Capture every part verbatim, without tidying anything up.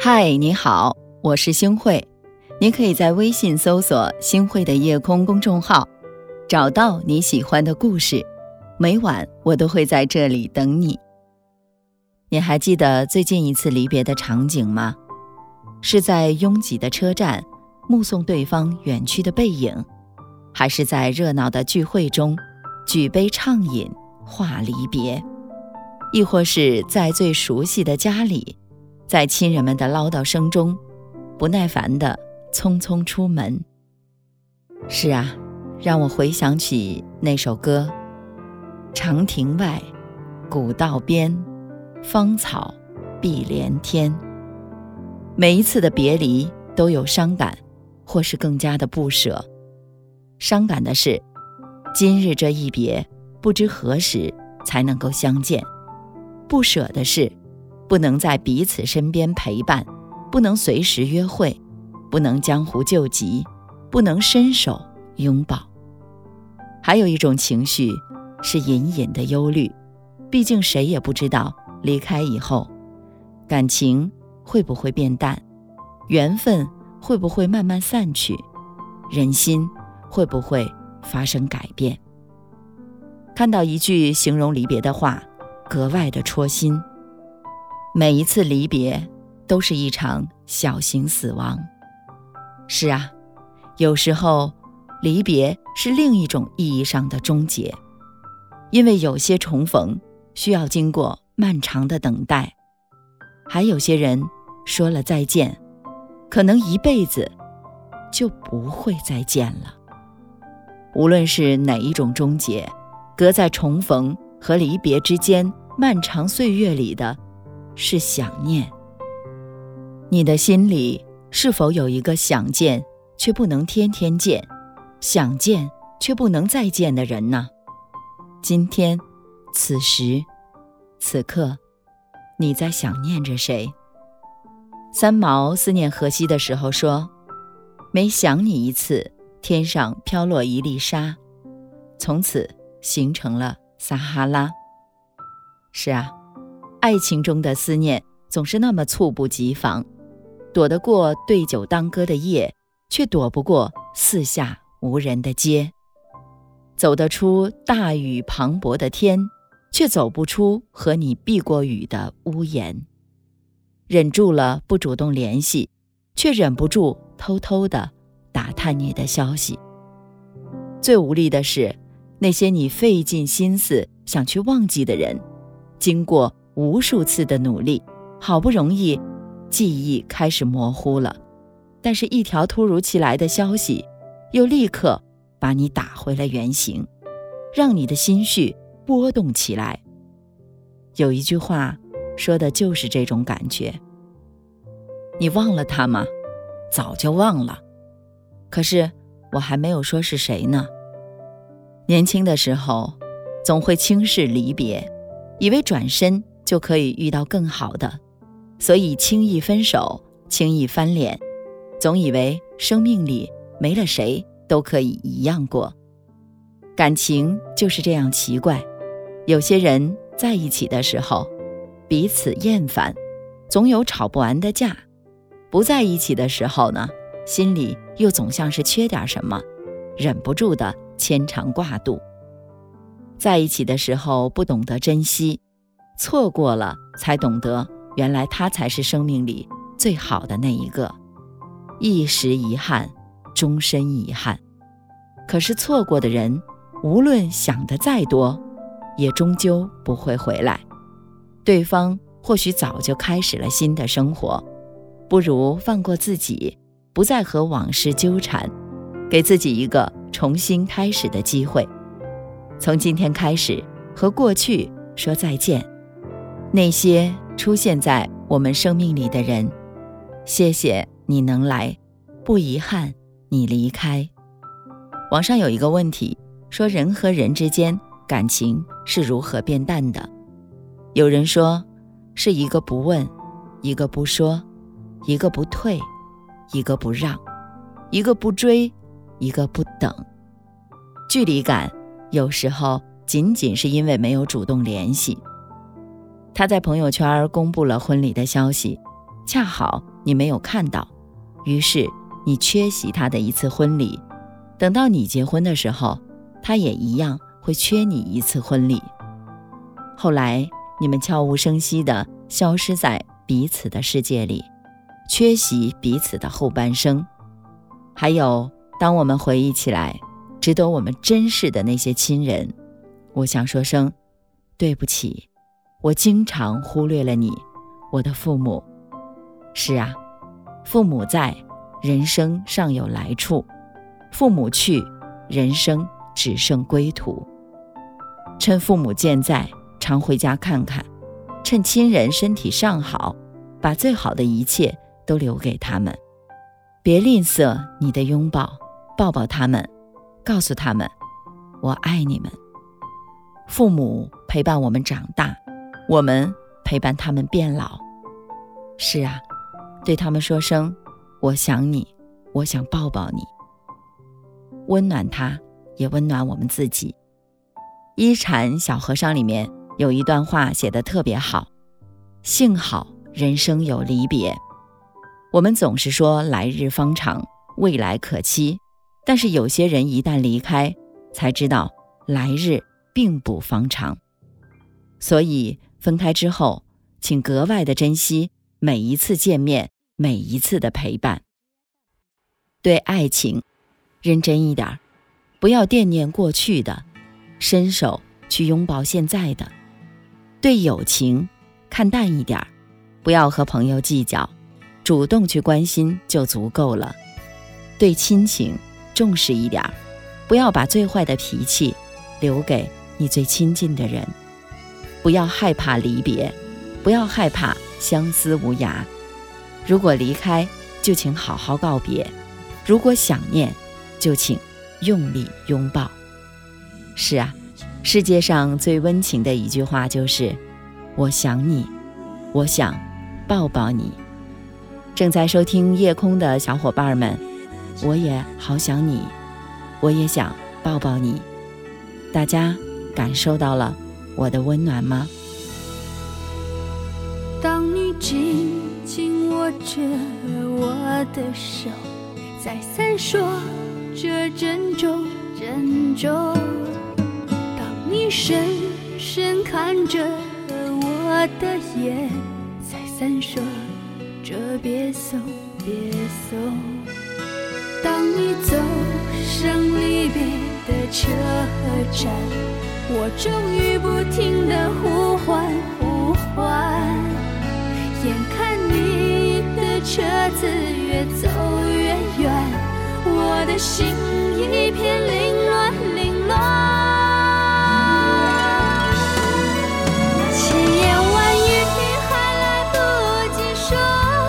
嗨，你好，我是星慧。你可以在微信搜索星慧的夜空公众号，找到你喜欢的故事，每晚我都会在这里等你。你还记得最近一次离别的场景吗？是在拥挤的车站目送对方远去的背影，还是在热闹的聚会中举杯畅饮话离别，亦或是在最熟悉的家里，在亲人们的唠叨声中不耐烦地匆匆出门。是啊，让我回想起那首歌，长亭外，古道边，芳草碧连天。每一次的别离都有伤感，或是更加的不舍。伤感的是，今日这一别，不知何时才能够相见；不舍的是，不能在彼此身边陪伴，不能随时约会，不能江湖救急，不能伸手拥抱。还有一种情绪是隐隐的忧虑，毕竟谁也不知道离开以后，感情会不会变淡，缘分会不会慢慢散去，人心会不会发生改变。看到一句形容离别的话，格外的戳心。每一次离别都是一场小型死亡。是啊，有时候离别是另一种意义上的终结，因为有些重逢需要经过漫长的等待，还有些人说了再见，可能一辈子就不会再见了。无论是哪一种终结，隔在重逢和离别之间漫长岁月里的是想念。你的心里是否有一个想见却不能天天见，想见却不能再见的人呢？今天，此时，此刻，你在想念着谁？三毛思念荷西的时候说，每想你一次，天上飘落一粒沙，从此形成了撒哈拉。是啊，爱情中的思念总是那么猝不及防，躲得过对酒当歌的夜，却躲不过四下无人的街；走得出大雨磅礴的天，却走不出和你避过雨的屋檐。忍住了不主动联系，却忍不住偷偷地打探你的消息。最无力的是，那些你费尽心思想去忘记的人，经过无数次的努力，好不容易记忆开始模糊了，但是一条突如其来的消息又立刻把你打回了原形，让你的心绪波动起来。有一句话说的就是这种感觉。你忘了他吗？早就忘了，可是我还没有说是谁呢。年轻的时候总会轻视离别，以为转身就可以遇到更好的，所以轻易分手，轻易翻脸，总以为生命里没了谁都可以一样过。感情就是这样奇怪，有些人在一起的时候彼此厌烦，总有吵不完的架；不在一起的时候呢，心里又总像是缺点什么，忍不住的牵肠挂肚。在一起的时候不懂得珍惜，错过了才懂得原来他才是生命里最好的那一个。一时遗憾，终身遗憾。可是错过的人，无论想得再多，也终究不会回来。对方或许早就开始了新的生活，不如放过自己，不再和往事纠缠，给自己一个重新开始的机会。从今天开始，和过去说再见。那些出现在我们生命里的人，谢谢你能来，不遗憾你离开。网上有一个问题，说人和人之间感情是如何变淡的？有人说，是一个不问，一个不说，一个不退，一个不让，一个不追，一个不等。距离感有时候仅仅是因为没有主动联系。他在朋友圈公布了婚礼的消息， 恰好你没有看到，于是你缺席他的一次婚礼，等到你结婚的时候，他也一样会缺你一次婚礼。后来你们悄无声息地消失在彼此的世界里，缺席彼此的后半生。还有，当我们回忆起来值得我们珍视的那些亲人，我想说声对不起，我经常忽略了你，我的父母。是啊，父母在，人生尚有来处；父母去，人生只剩归途。趁父母健在，常回家看看；趁亲人身体尚好，把最好的一切都留给他们。别吝啬你的拥抱，抱抱他们，告诉他们我爱你们。父母陪伴我们长大，我们陪伴他们变老。是啊，对他们说声我想你，我想抱抱你，温暖他，也温暖我们自己。一禅小和尚里面有一段话写得特别好，幸好人生有离别。我们总是说来日方长，未来可期，但是有些人一旦离开，才知道来日并不方长。所以分开之后，请格外的珍惜每一次见面，每一次的陪伴。对爱情认真一点，不要惦念过去的，伸手去拥抱现在的。对友情看淡一点，不要和朋友计较，主动去关心就足够了。对亲情重视一点，不要把最坏的脾气留给你最亲近的人。不要害怕离别，不要害怕相思无涯。如果离开，就请好好告别；如果想念，就请用力拥抱。是啊，世界上最温情的一句话就是我想你，我想抱抱你。正在收听夜空的小伙伴们，我也好想你，我也想抱抱你。大家感受到了我的温暖吗？ 当你紧紧握着我的手，在闪烁着珍重珍重，当你深深看着我的眼，在闪烁着别送别送，当你走上离别的车站，我终于不停地呼唤呼唤，眼看你的车子越走越远，我的心一片凌乱凌乱。千言万语还来不及说，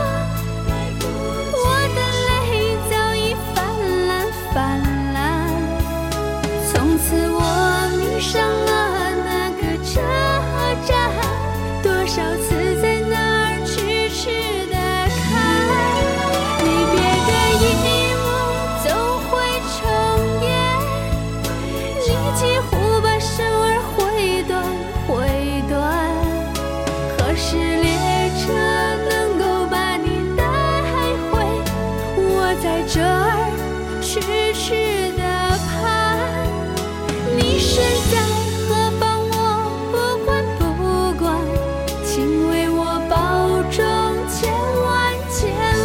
我的泪早已泛滥泛滥。从此我迷上了那个车站，多少次在那儿痴痴地看，离别的一幕总会重演，你几乎把手儿挥断挥断，可是列车能够把你带回，我在这儿痴痴地盼，你身在何方我不管不管，请为我保重千万千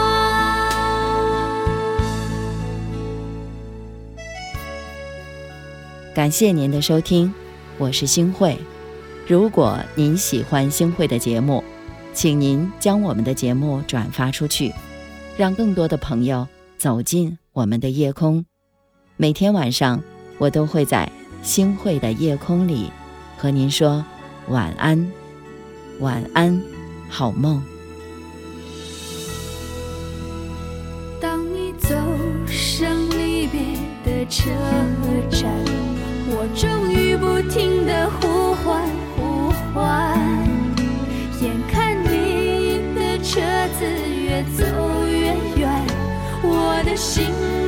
万。 感谢您的收听，我是星慧。如果您喜欢星慧的节目，请您将我们的节目转发出去，让更多的朋友走进我们的夜空。每天晚上我都会在星慧的夜空里和您说晚安，晚安，好梦。 当你走上离别的车站，我终于不停地呼唤呼唤，眼看你的车子越走越远，我的心